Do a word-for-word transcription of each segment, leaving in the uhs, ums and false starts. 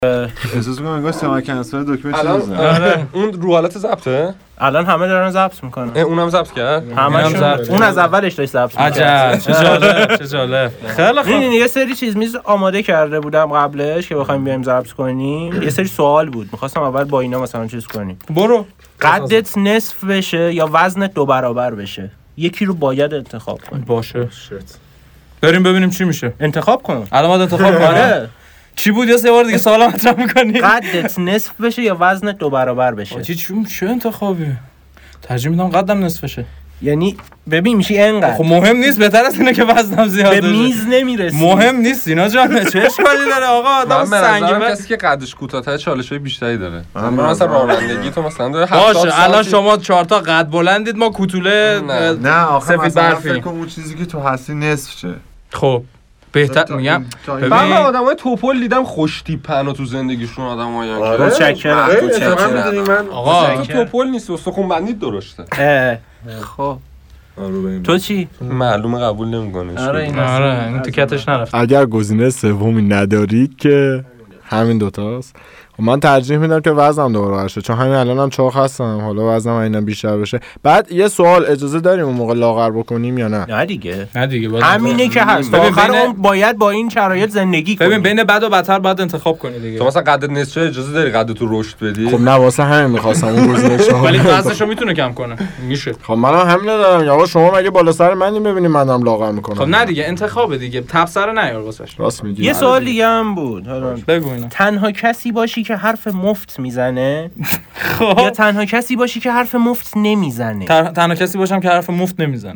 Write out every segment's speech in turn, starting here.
احساس می‌کنم انگار سیما کنسل دکمه چیزه. آره اون رو حالت ضبطه؟ الان همه دارن ضبط میکنن. اونم ضبط کرد؟ همشون اون از اولش داشت ضبط می‌کرد. عجب چه جالب چه جالب. خیلی خوب. این یه سری چیز میز آماده کرده بودم قبلش که بخوایم بیایم ضبط کنیم. یه سری سوال بود. می‌خواستم اول با اینا مثلا چیز کنیم. برو. قدت نصف بشه یا وزنت دو برابر بشه؟ یکی رو باید انتخاب کنی. باشه. بریم ببینیم چی میشه. انتخاب کن. الان باید انتخاب کنم. چی بود یا سه بار دیگه سوال مطرح می‌کنی؟ قدت نصف بشه یا وزنت دو برابر بشه؟ چی چی چه انتخابیه؟ ترجیح میدم قدم نصف بشه. یعنی ببین میشی اینقدر. خب مهم نیست، بهتر از اینه که وزنم زیاد بشه. به میز نمیرسی. مهم نیست اینا جان، چه اشکالی داره آقا؟ آدم سنگین کسی که قدش کوتاه‌تره چالش‌های بیشتری داره. من مثلا رانندگی تو مثلا داره هفتاد باشه الان شما چهار تا قد بلندید ما کوتوله نه آخه مثلا برفی. فکر کنم اون چیزی که تو هستی نصف شه. خب بهتر میگم من آدمای توپل دیدم خوش تیپن و تو زندگیشون آدمایی که متشکرم متشکرم آقا تو توپل نیست استخون بندی درسته. خب تو چی؟ معلومه قبول نمی‌کنه. آره این آره این تیکتش نرفت. اگر گزینه سومی ندارید که همین دوتاست. من ترجیح میدم که وزنم دوباره شه، چون همین الانم چاق هستم، حالا وزنم اینا بیشتر بشه. بعد یه سوال، اجازه داریم اون موقع لاغر بکنیم یا نه؟ نه دیگه نه دیگه همینه که هست. آخر اون باید با این شرایط زندگی کنی. ببین بین بد و بدتر باید انتخاب کنی دیگه. تو مثلا قدت نصف اجازه داری قدت تو رشد بدی؟ خب نه واسه همین می‌خواستم اون گزینه چهار. ولی وزنشو میتونه کم کنه. میشه. خب منم همین دارم. آقا شما مگه بالا سر منی ببینید منم لاغر میکنم؟ خب نه دیگه انتخاب دیگه. تبصره نیار واسش. راست میگی. یه سوال دیگه هم بود. حالا بگو اینا. تنها کسی باشی که حرف مفت میزنه خب یا تنها کسی باشی که حرف مفت نمیزنه؟ تنها کسی باشم که حرف مفت نمیزنه.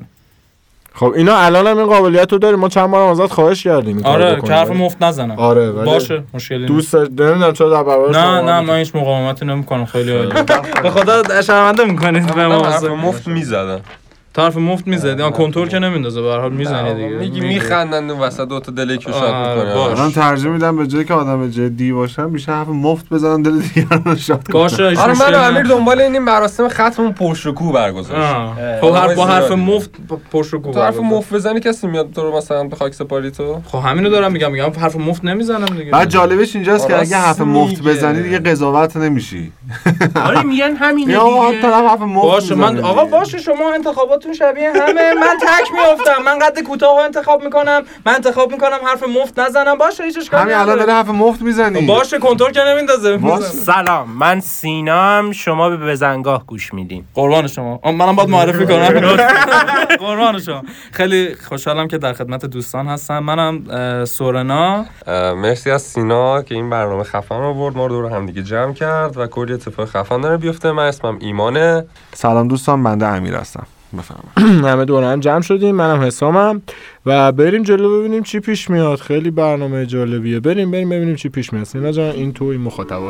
خب اینا الان هم این قابلیت رو داریم، ما چند بار ازت خواهش کردیم این آره که حرف مفت نزنم. آره ولی باشه مشکلی نیست. دوست نمیدونم چرا در برابرش نه نه من هیچ مقاومتی نمیکنم. خیلی عالی. به خدا شرمنده میکنید به ما. حرف مفت میزدن. طرف مفت میزد یا کنترل که نمیندازه به هر حال میزنه دیگه. میگی میخندن اون وسط دو تا دلکو شاد میکنه. من ترجیح میدم به جایی که آدم جدی باشم بیشتر حرف مفت بزنم دل دیگران رو شاد کنم. باشه آره من و امیر دنبال این مراسم ختم پرشکوه برگزار. خب هر با حرف مفت پرشکوه. تو حرف مفت بزنی کسی میاد تو رو مثلا به خاک سپاری تو؟ خب همینو دارم میگم میگم حرف مفت نمیزنم دیگه. بعد جالبش اینجاست که اگه حرف مفت بزنی دیگه قضاوت نمیشی. آره میگن همینه دیگه. یا طرف حرف مفت باشه من آقا باشه شما انتخاباتتون شبیه همه. من تک میافتم. من قد کوتاه انتخاب میکنم. من انتخاب میکنم حرف مفت نزنم. باشه هیچ اشکالی نداره. همین الان داره حرف مفت میزنی. باشه کنترل که نمیندازه. سلام من سینام، شما به بزنگاه گوش میدین. قربان شما. منم باید معرفی کنم. قربان شما. خیلی خوشحالم که در خدمت دوستان هستم. منم سورنا. مرسی از سینا که این برنامه خفن آورد، ما رو دور هم دیگه جمع کرد و کلی اتفاق خفن داره بیفته. من اسمم ایمانه. سلام دوستان، بنده امیر هستم. بفرمایید. همه دور هم جمع شدیم، منم حسامم و بریم جلو ببینیم چی پیش میاد. خیلی برنامه جالبیه. بریم بریم ببینیم چی پیش میاد. سینا جان این تو این مخاطبا.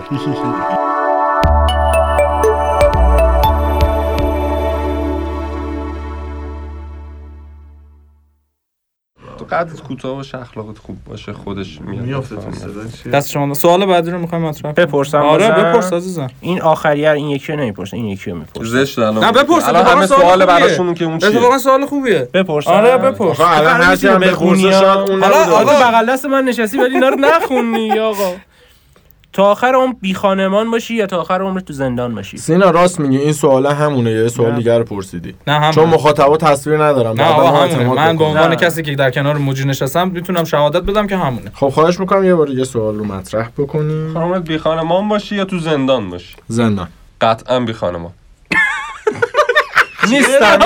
تو قدت کوتاه باشه، اخلاقت خوب باشه، خودش میاد. میافته تو صدا. دست شما. سوال بعدی رو میخوایم مطرح بپرسم. آره بپرس عزیزم. این آخریه این یکی رو نمیپرسه، این یکی رو میپرسه. زشت الان. نه بپرس. الان همه سوال براشون که اون چیه. اتفاقا سوال خوبیه. بپرس. آره بپرس. آقا الان هر چی هم بپرسه شاید اون حالا آقا بغل دست من نشستی ولی اینا رو نخونی آقا. تا آخر عمر بی خانمان باشی یا تا آخر عمر تو زندان باشی؟ سینا راست میگی، این سواله همونه. یه سوال دیگه رو پرسیدی. نه همون. چون مخاطبا تصویر ندارم. نه آقا همونه. من به عنوان کسی که در کنار موجی نشستم میتونم شهادت بدم که همونه. خب خواهش میکنم یه بار یه سوال رو مطرح بکنیم. خانمت بی خانمان باشی یا تو زندان باشی؟ زندان. قطعا بی خانمان. نیستم.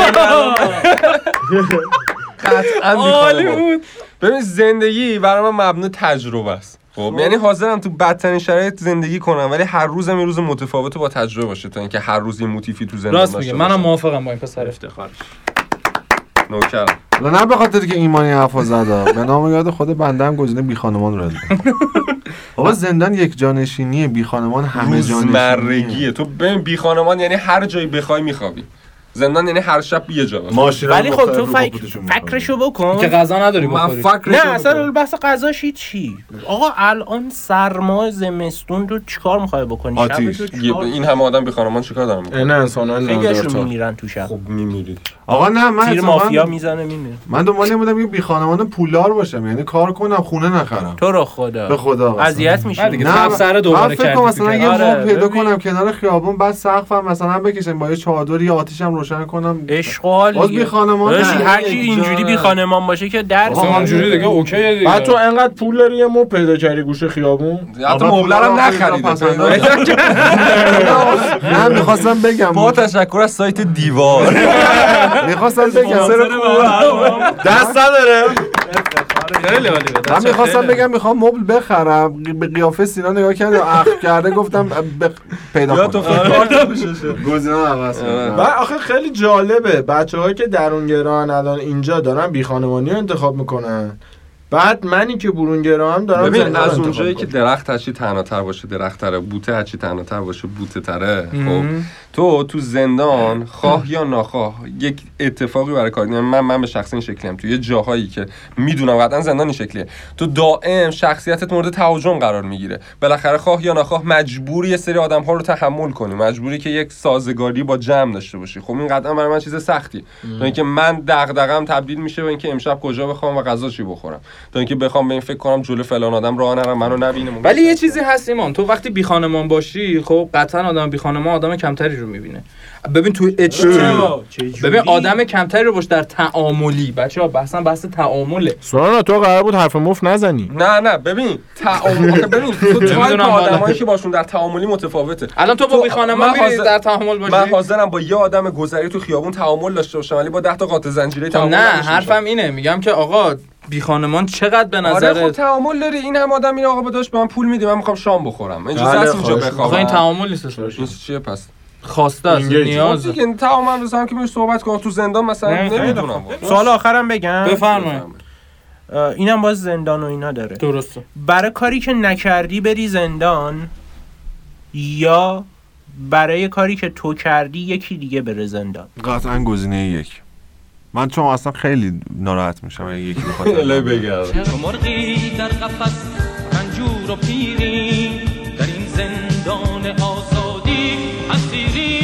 قطعا بی خانمان. ببین زندگی برای من مبنی تجربه است. خب یعنی حاضرم تو بدترین شرایط زندگی کنم ولی هر روزم یه روز متفاوت با تجربه باشه تا اینکه هر روز یه موتیفی تو زندگی راست میگه. منم موافقم با این پسر. افتخارش. نوکرم. نه به خاطر که ایمانی حرفا زد. به نام یاد خود بنده هم گزینه بی خانمان رو دادم. آقا زندان یک جانشینیه، بی خانمان همه جانشینیه. روزمرگیه. تو ببین بی خانمان یعنی هر جایی بخوای میخوابی. زندان یعنی هر شب یه جا باشه. ماشین ولی خب تو فکر فکرشو بکن که غذا نداری من بخوری. فکر نه اصلا بحث غذاشی چی آقا الان سرما زمستون تو چیکار میخوای بکنی؟ آتیش. شب تو چیکار؟ این همه آدم بی خانمان چیکار دارن میکنن؟ این انسان‌ها خیلی‌هاشون ناندرتال. میمیرن تو شب. خب میمیرید. آقا نه من تیر اتفاقاً- مافیا میزنه میمیره. من دنبال این بودم یه بی خانمان پولدار باشم، یعنی کار کنم خونه نخرم. تو رو خدا به خدا قسم. اذیت میشی. دیگه نه تب سر دوباره من فکر کردی کنم تو مثلا که- یه آره، مبل پیدا ببین. کنم کنار خیابون، بعد سقفم مثلا بکشم با یه چادر یا آتیشم روشن کنم. اشغال باز بی خانمان داشتی نه. هر کی اینجوری بی خانمان باشه که درس آها همجوری دیگه اوکیه دیگه. بعد تو انقدر پول داری یه مبل پیدا کردی گوشه خیابون. حتی آقا مبلر هم پولم نخریده. پسند پیدا نه میخواستم بگم با تشکر از سایت دیوار. میخواستم بگم دست نداره. خیلی عالی بود. من میخواستم بگم میخوام مبل بخرم، به قیافه سینا نگاه کرد و اخ کرده گفتم ب... پیدا یا تو کنم خود کار نمیشه. گزینه عوض کردم. و آخه خیلی جالبه بچه‌هایی که درونگران الان اینجا دارن بی خانمانی رو انتخاب میکنن، بعد منی که برونگرا هم دارم ببین زندان از انتخاب اونجایی که می‌کنم. درخت هرچی تناتر باشه درخت‌تره، بوته هرچی تناتر باشه بوته تره. خب تو تو زندان خواه یا ناخواه یک اتفاقی برای کار یعنی من من به شخص این شکلیم تو یه جاهایی که میدونم قطعا زندان این شکلیه، تو دائم شخصیتت مورد تهاجم قرار میگیره، بالاخره خواه یا ناخواه مجبوری یه سری آدم‌ها رو تحمل کنی، مجبوری که یک سازگاری با جمع داشته باشی. خب این قطعا برای من چیز سختی، تا اینکه من دغدغه‌ام تبدیل میشه به اینکه امشب کجا بخوام و غذا چی بخورم، تا اینکه بخوام به این فکر کنم جلو فلان آدم راه نرم منو نبینه. ولی یه چیزی هست ایمان، تو وقتی بی خانمان باشی خب قطعا آدم بی خانمان آدم کمتری رو میبینه. ببین تو اجتماع ببین آدم کمتری رو باش در تعاملی. بچه‌ها بحثا بحث تعامله. سورانا تو قرار بود حرف مفت نزنی. نه نه ببین تعامل آخه ببین تو تایپ نمی‌دونم آدمایی که باشون در تعاملی متفاوته. الان تو با بی خانمان من میری حاضر- در تعامل باشی. من حاضرم با یه آدم گذری تو خیابون تعامل داشته باشم ولی با ده تا قاطع زنجیره خب تعامل نه نداشته باشم. حرفم اینه، میگم که آقا بی خانمان چقدر به آره نظر خب تعامل داری، این هم آدم میره آقا بداش به من پول میدی من میخوام شام بخورم اینجوری بله، هست اینجا خواهش بخوام. آقا این تعامل نیست. این چیه پس؟ خواسته است، اینگیج. نیاز. خب دیگه تعامل بزنم که بهش صحبت کنم تو زندان مثلا نه، خیلی نمیدونم. سوال آخرم بگم. بفرمایید. اه، اینم باز زندان و اینا داره. درسته. برای کاری که نکردی بری زندان یا برای کاری که تو کردی یکی دیگه بره زندان؟ قطعا گزینه یک. من چون اصلا خیلی ناراحت میشم اگه یکی بخواد الهی بگرد. چو مرغی در قفس رنجور و پیری در این زندان آزادی اسیری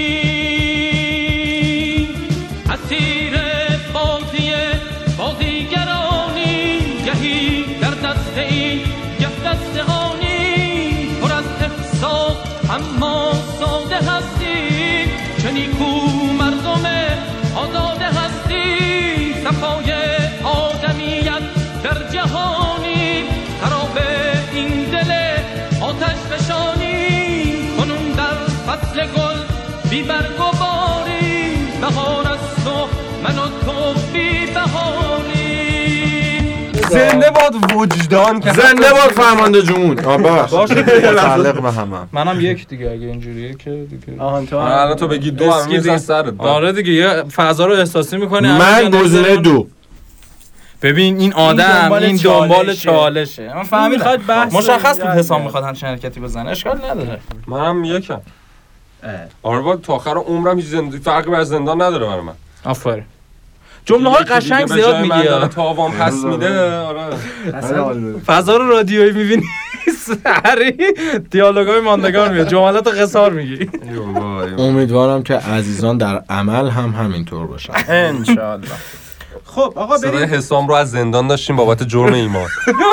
اسیر بازی بازیگرانی گهی در دست این گه دست آنی پر از احساس اما ساده هستی چه نیکو مردم آزاده هستی صفای آدمیت در جهانی خراب این دل آتش فشانی کنون در فصل گل بی برگ و باری بهار است و من و تو بی بهاری زنده باد وجدان که زنده باد فرمانده جمهور. آ ببخشید. متعلق به همم. منم یک دیگه اگه اینجوریه که دیگه آهان تو الان تو بگی دو هم اسکی میزن دیگه. سرت. آره دیگه یه فضا رو احساسی میکنی. من گزینه دو. ببین این آدم دنبال این دنبال چالشه. چالشه. من فهمیدم. میخواد بحث مشخص بود رو- حسام میخواد همچین حرکتی بزنه. اشکال نداره. منم یکم. آره با تا آخر عمرم هیچ زندگی فرقی بر زندان نداره برای من. آفرین. جمله های یکی قشنگ دیگه به زیاد جای من میگی. داره تاوان پس میده. آره. فضا رو رادیویی میبینی. سری دیالوگای ماندگار میاد. جملات قصار میگی. امیدوارم که عزیزان در عمل هم همینطور باشن. انشالله. خب آقا صدای بریم. حسام رو از زندان داشتیم بابت جرم ایمان.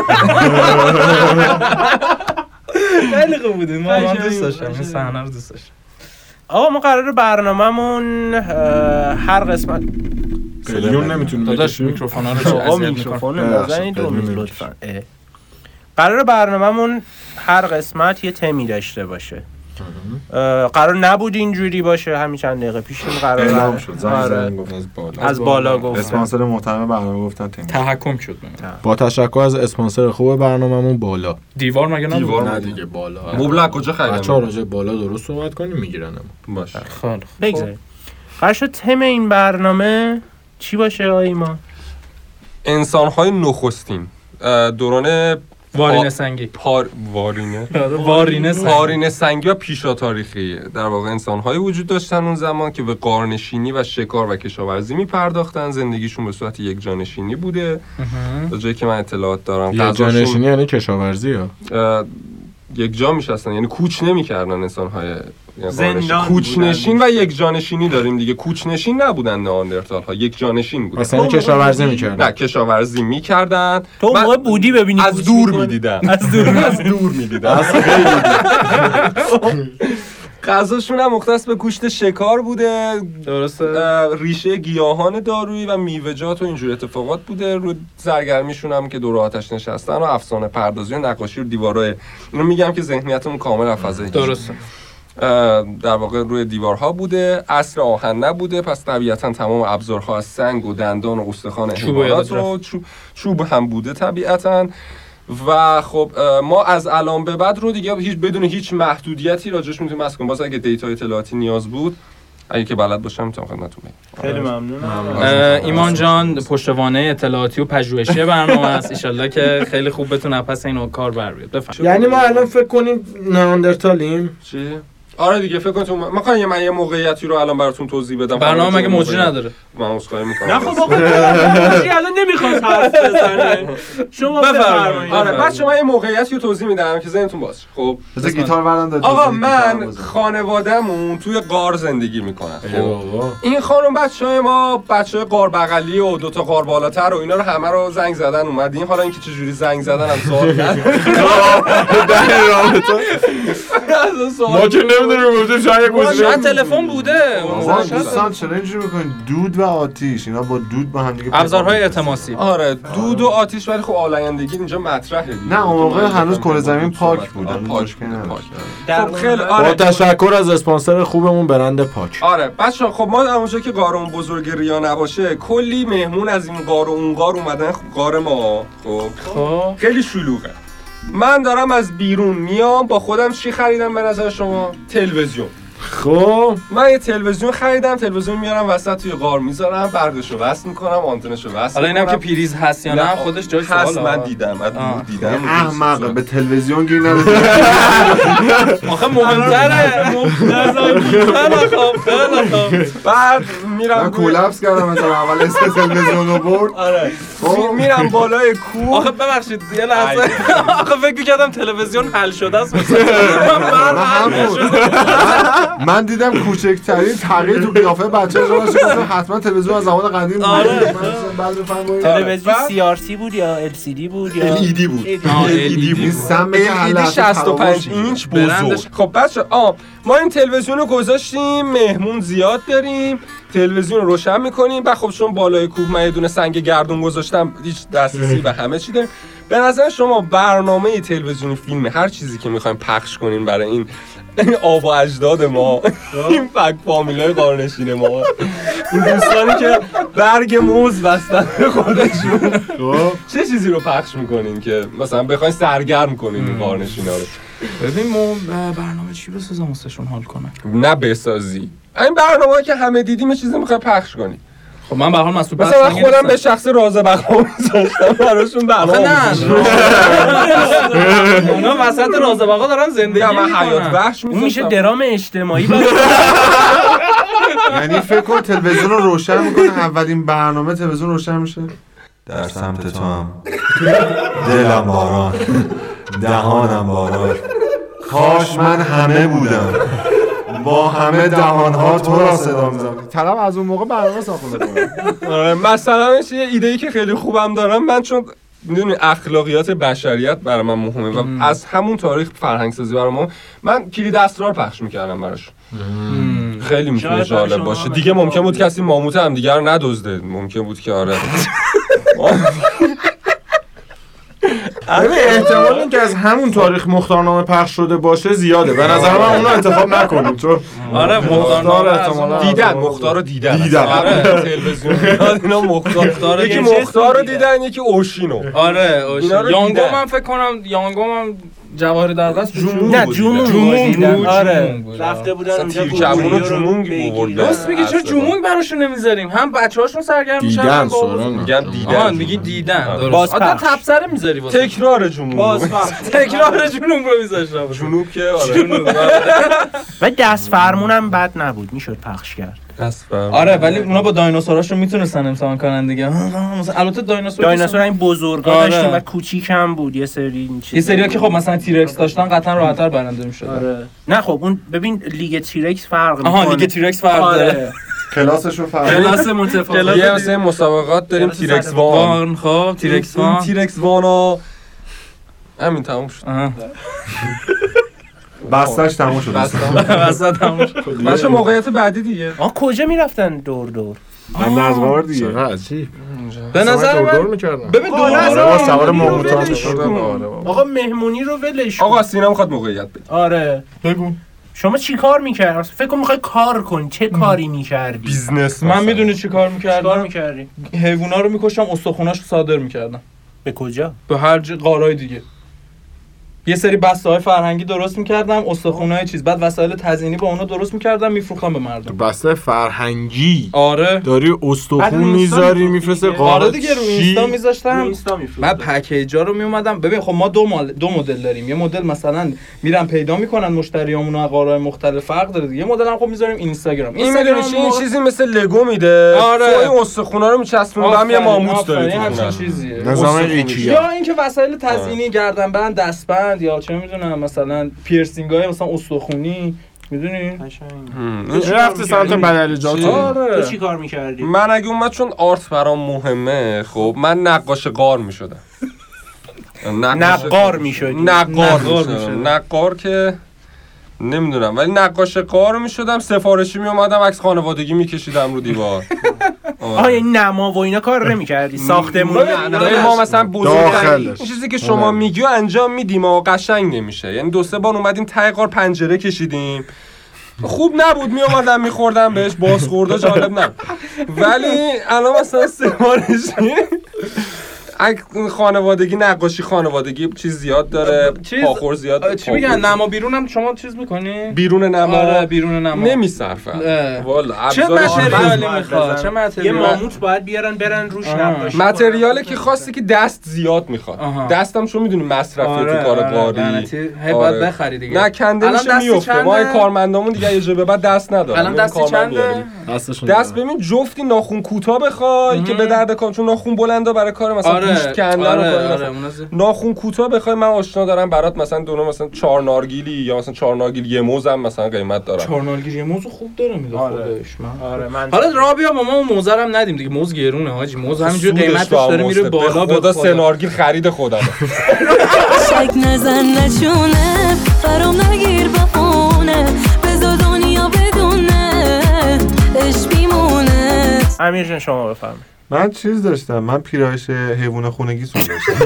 خیلی خوب بود. ما من قشنگ دوست بود، داشتم. این قشنگ. صحنه رو دوست داشتم. آقا ما قراره برنامه‌مون اه، هر قسمت قلیون نمیتونیم داداش بکشیم. میکروفونا رو آقا اذیت میکروفون می‌کنه. رو ببخشید، نزنید رو بدون میز میکروفون. لطفاً. اه. قرار برنامه‌مون هر قسمت یه تمی داشته باشه. اه، قرار نبود اینجوری باشه، همین چند دقیقه پیش این قرار اعلام شد. زنگ آره. زدن گفت. از بالا. از بالا گفتم. اسپانسر محترم برنامه گفتن تیم. تحکم شد به من. با تشکر از اسپانسر خوب برنامه‌مون بالا. دیوار مگه نبود؟ دیوار. نه دیگه بالا. مبل کجا بچه‌ها خریدن؟ راجع بالا درست صحبت کنیم میگیرنم. باشه. خیلی بگذاریم. قرار شد تم این برنامه چی باشه آقای ما؟ انسان‌های نخستین اه، دوران وارینه سنگی پار وارینه وارینه سنگی وارینه سنگی و پیشا تاریخیه. در واقع انسان‌هایی وجود داشتن اون زمان که به غارنشینی و شکار و کشاورزی می‌پرداختن. زندگیشون به صورت یک جانشینی بوده. تا جایی که من اطلاعات دارم یک جانشینی یعنی کشاورزی ها یک جا میشستن، یعنی کوچ نمی‌کردن انسان‌های زندان کوچنشین و یک جانشینی داریم دیگه. کوچنشین نبودن نئاندرتال‌ها، یک جانشین بودن. اصلا کشاورزی می‌کردن. نه کشاورزی می‌کردن. تو موقع بودی ببینی از دور می‌دیدن. از دور از دور می‌دیدن. غذاشون هم مختص به گوشت شکار بوده. درسته. ریشه گیاهان دارویی و میوه‌جات و اینجور اتفاقات بوده. رو سرگرمیشون هم که دور آتش نشستن و افسانه پردازی و نقاشی رو دیوارای اینو میگم که ذهنیتمون کامل از فضای درسته. در واقع روی دیوارها بوده. عصر آهن نبوده، پس طبیعتا تمام ابزارها از سنگ و دندان و استخوان حیوانات و چوب, چوب هم بوده طبیعتا. و خب ما از الان به بعد رو دیگه هیچ بدون هیچ محدودیتی راجعش میتونیم بحث کنیم. باز اگه دیتا اطلاعاتی نیاز بود اگه که بلد باشم میتونم خدمتتون بگم. خیلی ممنونم. ایمان جان پشتوانه اطلاعاتی و پژوهشی برنامه است. ان شاءالله که خیلی خوب بتونه پس اینو کار بر بیاد. بفرمایید. یعنی ما الان فکر کنیم نئاندرتالیم؟ چی؟ آره دیگه فکر کنم من خواهم من یه موقعیتی رو الان براتون توضیح بدم. برنامه مگه مجری نداره؟ من عذرخواهی میکنم. نه خب آقا مجری الان نمیخواد حرف بزنه. شما بفرمایید. آره بچه‌ها من یه موقعیتی رو توضیح میدم که ذهنتون باشه. خب بذار گیتار بردارم. آقا من خانواده‌مون توی غار زندگی میکنن. خب این خانم بچه‌های ما بچه‌های غار بغلی و دو تا غار بالاتر و اینا رو همه رو زنگ زدن اومدین. حالا اینکه چه جوری زنگ زدن هم سوال نه. در رابطه ما که نمیدونیم گفتیم شاید گوشی تلفن بوده. دوستان چرا اینجوری میکنین؟ دود و آتیش اینا با دود با هم دیگه ابزارهای التماسی. آره دود و آتیش ولی خب آلایندگی اینجا مطرحه دیگه. نه اون موقع هنوز کره زمین پاک بود. پاک خب خیلی آره با تشکر از اسپانسر خوبمون برند پاک. آره بچه‌ها خب ما اونجا که غار اون بزرگ ریا نباشه کلی مهمون از این غار و اون غار اومدن غار ما. خب خیلی شلوغه. من دارم از بیرون میام با خودم چی خریدم به نظر شما؟ تلویزیون. خب من یه تلویزیون خریدم. تلویزیون میارم وسط توی غار میذارم، بردشو وصل میکنم، آنتنشو وصل. حالا اینم که پریز هست یا نه خودش جای سواله. من دیدم من دیدم احمق به تلویزیون گیر نده. آخه مهمتره بعد میرم کلاپس کردم مثلا اول اسم تلویزیون رو برد. آره میرم بالای کوه. آخه ببخشید یه لحظه آخه فکر می‌کردم تلویزیون حل شده است. من دیدم کوچکترین تغییر تو قیافه بچه‌ها رو باشه گفتم حتما تلویزیون از زمان قدیم بود. بعد بفهمید تلویزیون سی آر تی بود یا ال سی دی بود یا ال ای دی بود. ال ای دی بود. سم ال ای دی شصت و پنج اینچ بزرگ. خب بچه آ ما این تلویزیون رو گذاشتیم، مهمون زیاد داریم، تلویزیون رو روشن می‌کنیم. بعد خب چون بالای کوه من یه دونه سنگ گردون گذاشتم هیچ دسترسی به همه چی داریم. به نظر شما برنامه تلویزیونی، فیلم، هر چیزی که می‌خوایم پخش کنیم برای این آب و اجداد ما، این فک فامیلای غارنشین ما، این دوستانی که برگ موز بستن به خودشون، چه چیزی رو پخش میکنین که مثلا بخواین سرگرم کنین این غارنشینا رو؟ ببین ما برنامه چی بسازم واسهشون حال کنه؟ نه بسازی این برنامه‌ای که همه دیدیم یه چیزی میخوای پخش کنی. خب من به هر حال مسئول مثلا من خودم به شخص راز بقا می‌ذاشتم براشون برنامه. آخه نه اونا وسط راز بقا دارن زندگی می‌کنن. من حیات وحش اون میشه درام اجتماعی. یعنی فکر کن تلویزیون رو روشن میکنه، اولین برنامه تلویزیون روشن میشه در سمت تو هم دلم باران دهانم باران، کاش من همه بودم با همه دهانها تو را صدا می‌زنم. طرف از اون موقع برنامه ساخته می‌کنه. آره مثلا یه ایده‌ای که خیلی خوبم دارم من، چون میدونی اخلاقیات بشریت برای من مهمه و از همون تاریخ فرهنگ سازی برای ما، من کلید اسرار پخش می‌کردم براش. خیلی میتونه جالب باشه دیگه. ممکن بود کسی ماموت هم دیگه رو ندزده، ممکن بود که آره ببین احتمال اینکه از همون تاریخ مختارنامه پخش شده باشه زیاده. به نظر من اونو انتخاب نکنیم چون آره مختار احتمالاً دیدن، مختار رو دیدن دیدن آره تلویزیون میاد اینا مختار، یکی مختار رو دیدن یکی اوشینو. آره اوشینو. یانگو من فکر کنم یانگو من جواهر درقص جمونگ نه بود جمونگ جمونگ دیدن. بود، آره جمونگ بود. رفته بودن اصلا اونجا تیرکمون گوگلی و جمونگ بگیرن. بردن. راست میگی چرا جمونگ براشون نمیذاریم؟ هم بچه‌هاشون سرگرم میشن دیدن هم با سوران میگم آها دیدن میگی دیدن درست. باز آدم پخش. تبصره میذاری واسه تکرار جمونگ باز تکرار جنوب رو میذاشتم جنوب که آره و دست فرمونم بد نبود، میشد پخش کرد. آره ولی اونا با دایناسوراشون میتونستن امتحان کنن دیگه. مثلا البته دایناسور دایناسور این بزرگا آره. داشتیم و کوچیک هم بود یه سری این چیز. یه سریا که خب مثلا تیرکس داشتن قطعا راحت‌تر برنده میشد. آره. نه خب اون ببین لیگ تیرکس فرق میکنه. آها لیگ تیرکس فرق داره. آره. کلاسشون فرق کلاس متفاوت. یه مثلا مسابقات داریم تیرکس وان وان خب تیرکس این وان تیرکس وانا همین تموم شد. آها بستش تموم شد. وسط تموم شد. باشه موقعیت بعدی دیگه. آ کجا میرفتن دور دور؟ من نزغار دیگه. چقدر عجیب. به نظر دور دور من می‌کردن. ببین دور آره، آره سوار مهمونی رو مهمونی ولش شدن. کن. آره بابا. آقا مهمونی رو ولش کن. آقا سینا میخواد موقعیت بده. آره بگو. شما چی کار میکردی؟ فکر کنم میخوای کار کنی. چه کاری میکردی؟ بیزنس من میدونی چی کار چی کار میکردم؟ میکردی؟ حیوونا رو میکشتم استخوناشو صادر میکردم به کجا؟ به هر ج- قاره‌ای دیگه. یه سری بسته‌های فرهنگی درست میکردم، استخونای چیز، بعد وسایل تزیینی با اونا درست میکردم میفروختم به تو مردم. بسته فرهنگی آره داری بعد استخون رو اینستا میذاری می‌فروختی میفرسته دیگه. قاره آره دیگه رو اینستا میذاشتم. اینستا میفروختی. من پکیجا رو میومدم ببین خب ما دو مال دو مدل داریم. یه مدل مثلا میرن پیدا میکنن مشتریامونو از قاره‌های مختلف فرق داره دیگه. یه مدل هم خب میذاریم اینستاگرام. این میدونی چی این موقع- چیزی مثل لگو میده. آره. تو این استخونا رو میچسبونی هم یه آفرین، ماموت داری آفرین، تو همچین خونه. چیزیه. نظام استخونی. ایکیا. یا اینکه وسایل تزیینی گردنبند، دستبند یا چه میدونم مثلا پیرسینگ‌های مثلا استخونی میدونی؟ هم. این رفته سمت بدلیجات. چی؟ تو آره چی کار میکردی؟ من اگه اومد چون آرت برام مهمه خب من نقاش غار میشدم. نقار میشدی. نقار نقار میشدم. می‌شدی. نقار که نمیدونم ولی نقاش غار میشدم. سفارشی میومدم عکس خانوادگی میکشیدم رو دیوار. آها این نما و اینا کار نمیکردی؟ ساختمون نه ما مثلا بزرگترین داخلش. این چیزی که شما میگی و انجام میدیم و قشنگ نمیشه. یعنی دو سه بار اومدیم ته غار پنجره کشیدیم خوب نبود میومدم میخوردم بهش بازخورده جالب نبود. ولی الان مثلا سفارشی اگه خانوادگی نقاشی خانوادگی چیز زیاد داره چیز- پاخور زیاد داره. چی میگن نما بیرونم شما چیز میکنی؟ بیرون نما آره بیرون نما نمیصرفن اه. والا چه ابزارش متریالی آره. میخواد؟ چه یه متریالی؟ ماموت باید بیارن برن روش آه. نقاشی. متریاله که خواسته که دست زیاد میخواد. آها. دستم چون میدونی مصرفیه آره، تو کار آره، قاری. لعنتی. هی آره. باید بخری دیگه. نه کنده الان میشه دستی میفته. ما چنده؟ کارمندامون دیگه یه جا به بعد دست ندارن. الان میریم دستی کارمند چنده؟ بیاریم. دستشون دست ببین جفتی ناخون کوتاه بخوای که به درد کار چون ناخون بلندا برای کار مثلا آره گوشت کندن و آره کار آره مثلا. اون از- ناخون کوتاه بخوای من آشنا دارم برات مثلا دونه مثلا چهار نارگیلی یا مثلا چهار نارگیل یه موزم مثلا قیمت دارم. چارنالگیری یه موز خوب داره میده آره. خودش من. آره من حالا را بیا ما اون موز رو هم ندیم دیگه. موز گرونه حاجی. موز همینجوری سودش قیمتش تو هم داره میره مسته. بالا. به خدا سه نارگیل خرید خودم. شک نزن نشونه برام نگیر بهونه بذار دنیا بدونه اش بیمونه. امیر جان شما بفرمایید. من چیز داشتم من پیرایش حیوان خونگی سون داشتم.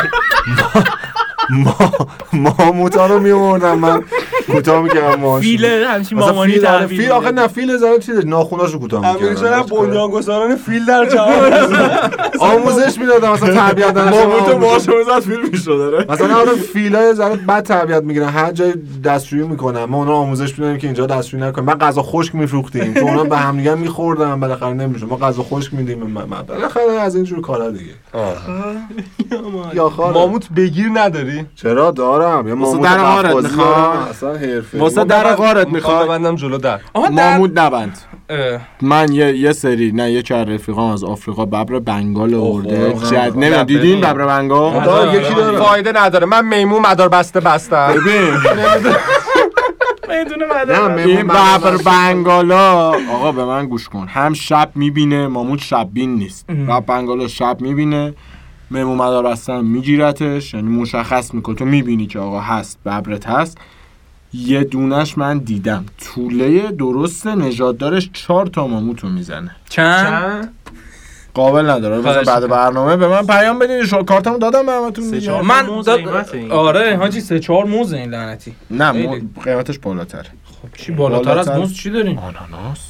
ما ماموتا رو میوردم من کوتاه میکردم ماهاش. فیل همچین مثلا مامانی فیل آره، تحویل فیل آخه نه فیل زره چیزه ناخوناشو کوتاه امیر چرا میکردم. بنیانگذاران فیل در جهان آموزش میدادم مثلا تربیت دانش ماموت ماشو بزد فیلم میشد داره. مثلا اون فیلای زره بد تربیت میگیرن هر جای دستشویی میکنن ما اونا آموزش میدادیم که اینجا دستشویی نکنیم. بعد غذا خشک میفروختیم چون اونا به هم دیگه میخوردن بالاخره نمیشه ما غذا خشک میدیم به بالاخره از این جور کارا دیگه. یا خاله ماموت بگیر نداری؟ چرا دارم یا واسه ماموت در غارت قفقازی می‌خوای؟ دارم. اصلا حرفه واسه در غارت میخواد ببندم جلو در. آها در ماموت نبند. اه. من یه یه سری نه یکی از رفیقام از آفریقا ببر بنگال آورده. اوه. جد نمیدونم دیدین ببر بنگال؟ داره یکی داره فایده نداره من میمون مدار بسته بستم. ببین میدونه نه مدام این ببر بنگالا آقا به من گوش کن هم شب میبینه ماموت شب بین نیست. ببر بنگالا شب میبینه میمون مدار بستن میگیرتش یعنی مشخص میکنه تو میبینی که آقا هست ببرت هست. یه دونش من دیدم طوله درست نژاددارش چهار تا ماموتو میزنه. چند؟ قابل نداره مثلا خواهش بعد می‌کنم. برنامه به من پیام بدین شو کارتمو دادم به همتون دیگه. چهار من موز داد- قیمته این. آره حاجی سه چهار موز این لعنتی. نه خیلی. مو- قیمتش بالاتره. چی بالاتر از بالاتر. موز چی داریم؟ آناناس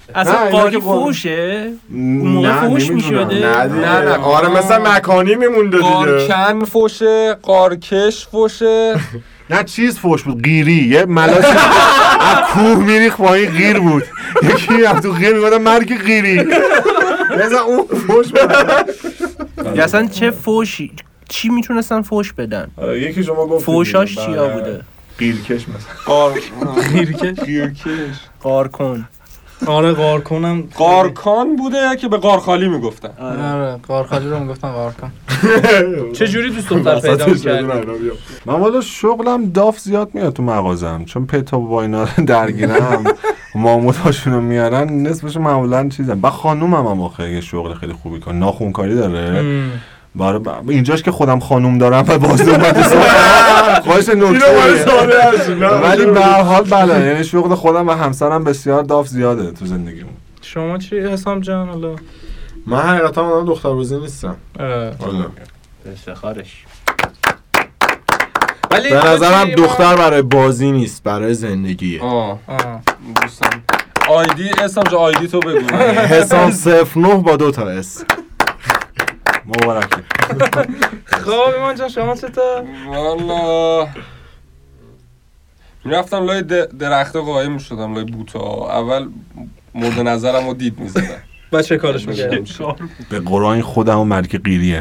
اصلا نه، اینا قاری که قار- فوشه اون موقع نه، فوش نمی‌دونم. میشده. نه دیگه. نه، نه. آره مثلا مکانی میمونده دیگه. قارکن فوشه، قارکش فوشه. نه چیز فوش بود، قیری. یه ملاش از کوه میریخ با این قیر بود. یکی هم تو قیر میگفتن مرگ قیری. مثلا اون فوش بود. یا اصلا چه فوشی چی میتونستن فوش بدن؟ یکی شما گفت فوشاش چیا بوده؟ قیرکش مثلا. قار قیرکش قیرکش. قار کن. آره قار کنم قارکان بوده که به قارخالی میگفتن. آره قارخالی رو میگفتن قار کن. چه جوری دوست دختر پیدا می‌کردی؟ من والا شغلم داف زیاد میاد تو مغازم، چون پتا با اینا درگیرم. ماموداشون رو میارن نصفش معمولا چیزن. بعد خانومم هم آخه یه شغل خیلی خوبی کنه، ناخونکاری داره. باره ب... اینجاش که خودم خانوم دارم و باز اومده سوال خواهش نکته، ولی به هر حال بله، یعنی شغل خودم و همسرم بسیار داف زیاده تو زندگیمون. شما چی حسام جان؟ حالا من حقیقتا آدم دختربازی نیستم. افتخارش. ولی به نظرم دختر برای بازی نیست، برای زندگیه. آه دوستم آیدی اسم جا آیدی تو بگو. حسام صفر نه با دو تا اس. مبارکه. خب ایمان جان شما چطور؟ والا میرفتم لای درخت قایم میشدم، لای بوتا. اول مورد نظرم رو دید میزدم. بعد چه کارش میکردم؟ به قرآن خودم و مرگ قیریه.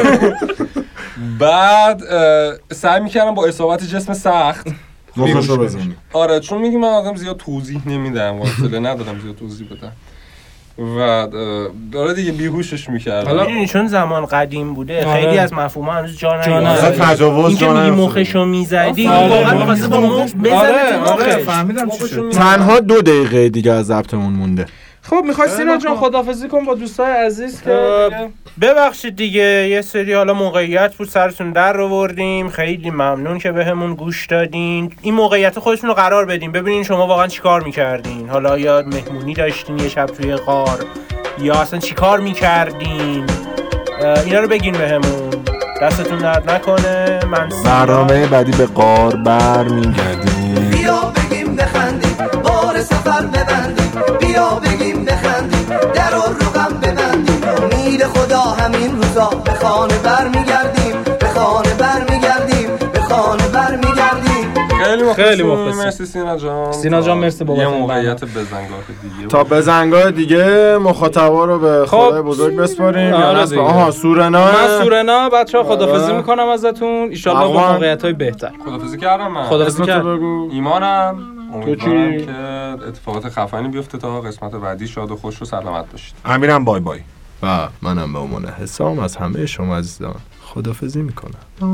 بعد سعی میکردم با اصابت جسم سخت مخشو بزنی. آره چون میگی من آدم زیاد توضیح نمیدم، واصله ندارم زیاد توضیح بدم و داره دیگه بیهوشش میکرد. حالا میدونی چون زمان قدیم بوده خیلی از مفهوم‌ها هنوز جا جا نیافتاده. اصلا تجاوز این که جا میگی نیافتاده. مخشو میزدی آره، واقعا آره. می‌خواسته با مخ بزنه آره تو آره مخش. فهمیدم چی شد. تنها دو دقیقه دیگه از ضبطمون مونده. خب میخوای سینا جان خداحافظی کن با دوستای عزیز که دیگه ببخشید دیگه یه سری حالا موقعیت بود سرتون در آوردیم. خیلی ممنون که بهمون گوش دادین. این موقعیت خودتون رو قرار بدین، ببینین شما واقعا چیکار میکردین. حالا یا مهمونی داشتین یه شب توی غار، یا اصلا چیکار میکردین، اینا رو بگین بهمون. دستتون درد نکنه. من برنامه بعدی به غار برمیگردیم. بیا بگیم بخندیم، بار سفر ببندیم. بیا بگیم بخندیم، در و رقم ببندیم. امید خدا همین روزا به خانه برمیگردیم، به خانه برمیگردیم، به خانه برمیگردیم. خیلی مخلصیم. خیلی مخلصیم. مرسی سینا جان. سینا جان مرسی بابت یه این موقعیت بزنگاه دیگه. تا بزنگاه دیگه مخاطبا رو به خدای بزرگ بسپاریم. یا آره نصب دیگه. آها سورنا. من سورنا بچه‌ها خداحافظی آره. میکنم ازتون ان شاء الله با اقوام. موقعیت‌های بهتر. خدافظی کردم من. خداحافظی اسمتو کردم. بگو. ایمانم. امیدوارم چی؟ که اتفاقات خفنی بیفته تا قسمت بعدی. شاد و خوش و سلامت باشید. امیرم بای بای. و منم به عنوان حسام از همه شما عزیزان خداحافظی میکنم.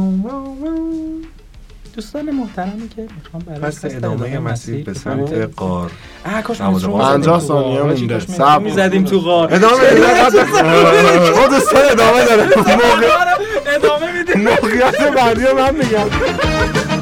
دوستان محترمی که میخوام برای پس ادامه مسیر به سمت غار. آ کاش نوازه ما باز. پنجاه ثانیه مونده. صبر می‌زدیم تو غار. ادامه میده. خود دوستان ادامه داره. ادامه میدیم. موقعیت بعدی رو من میگم.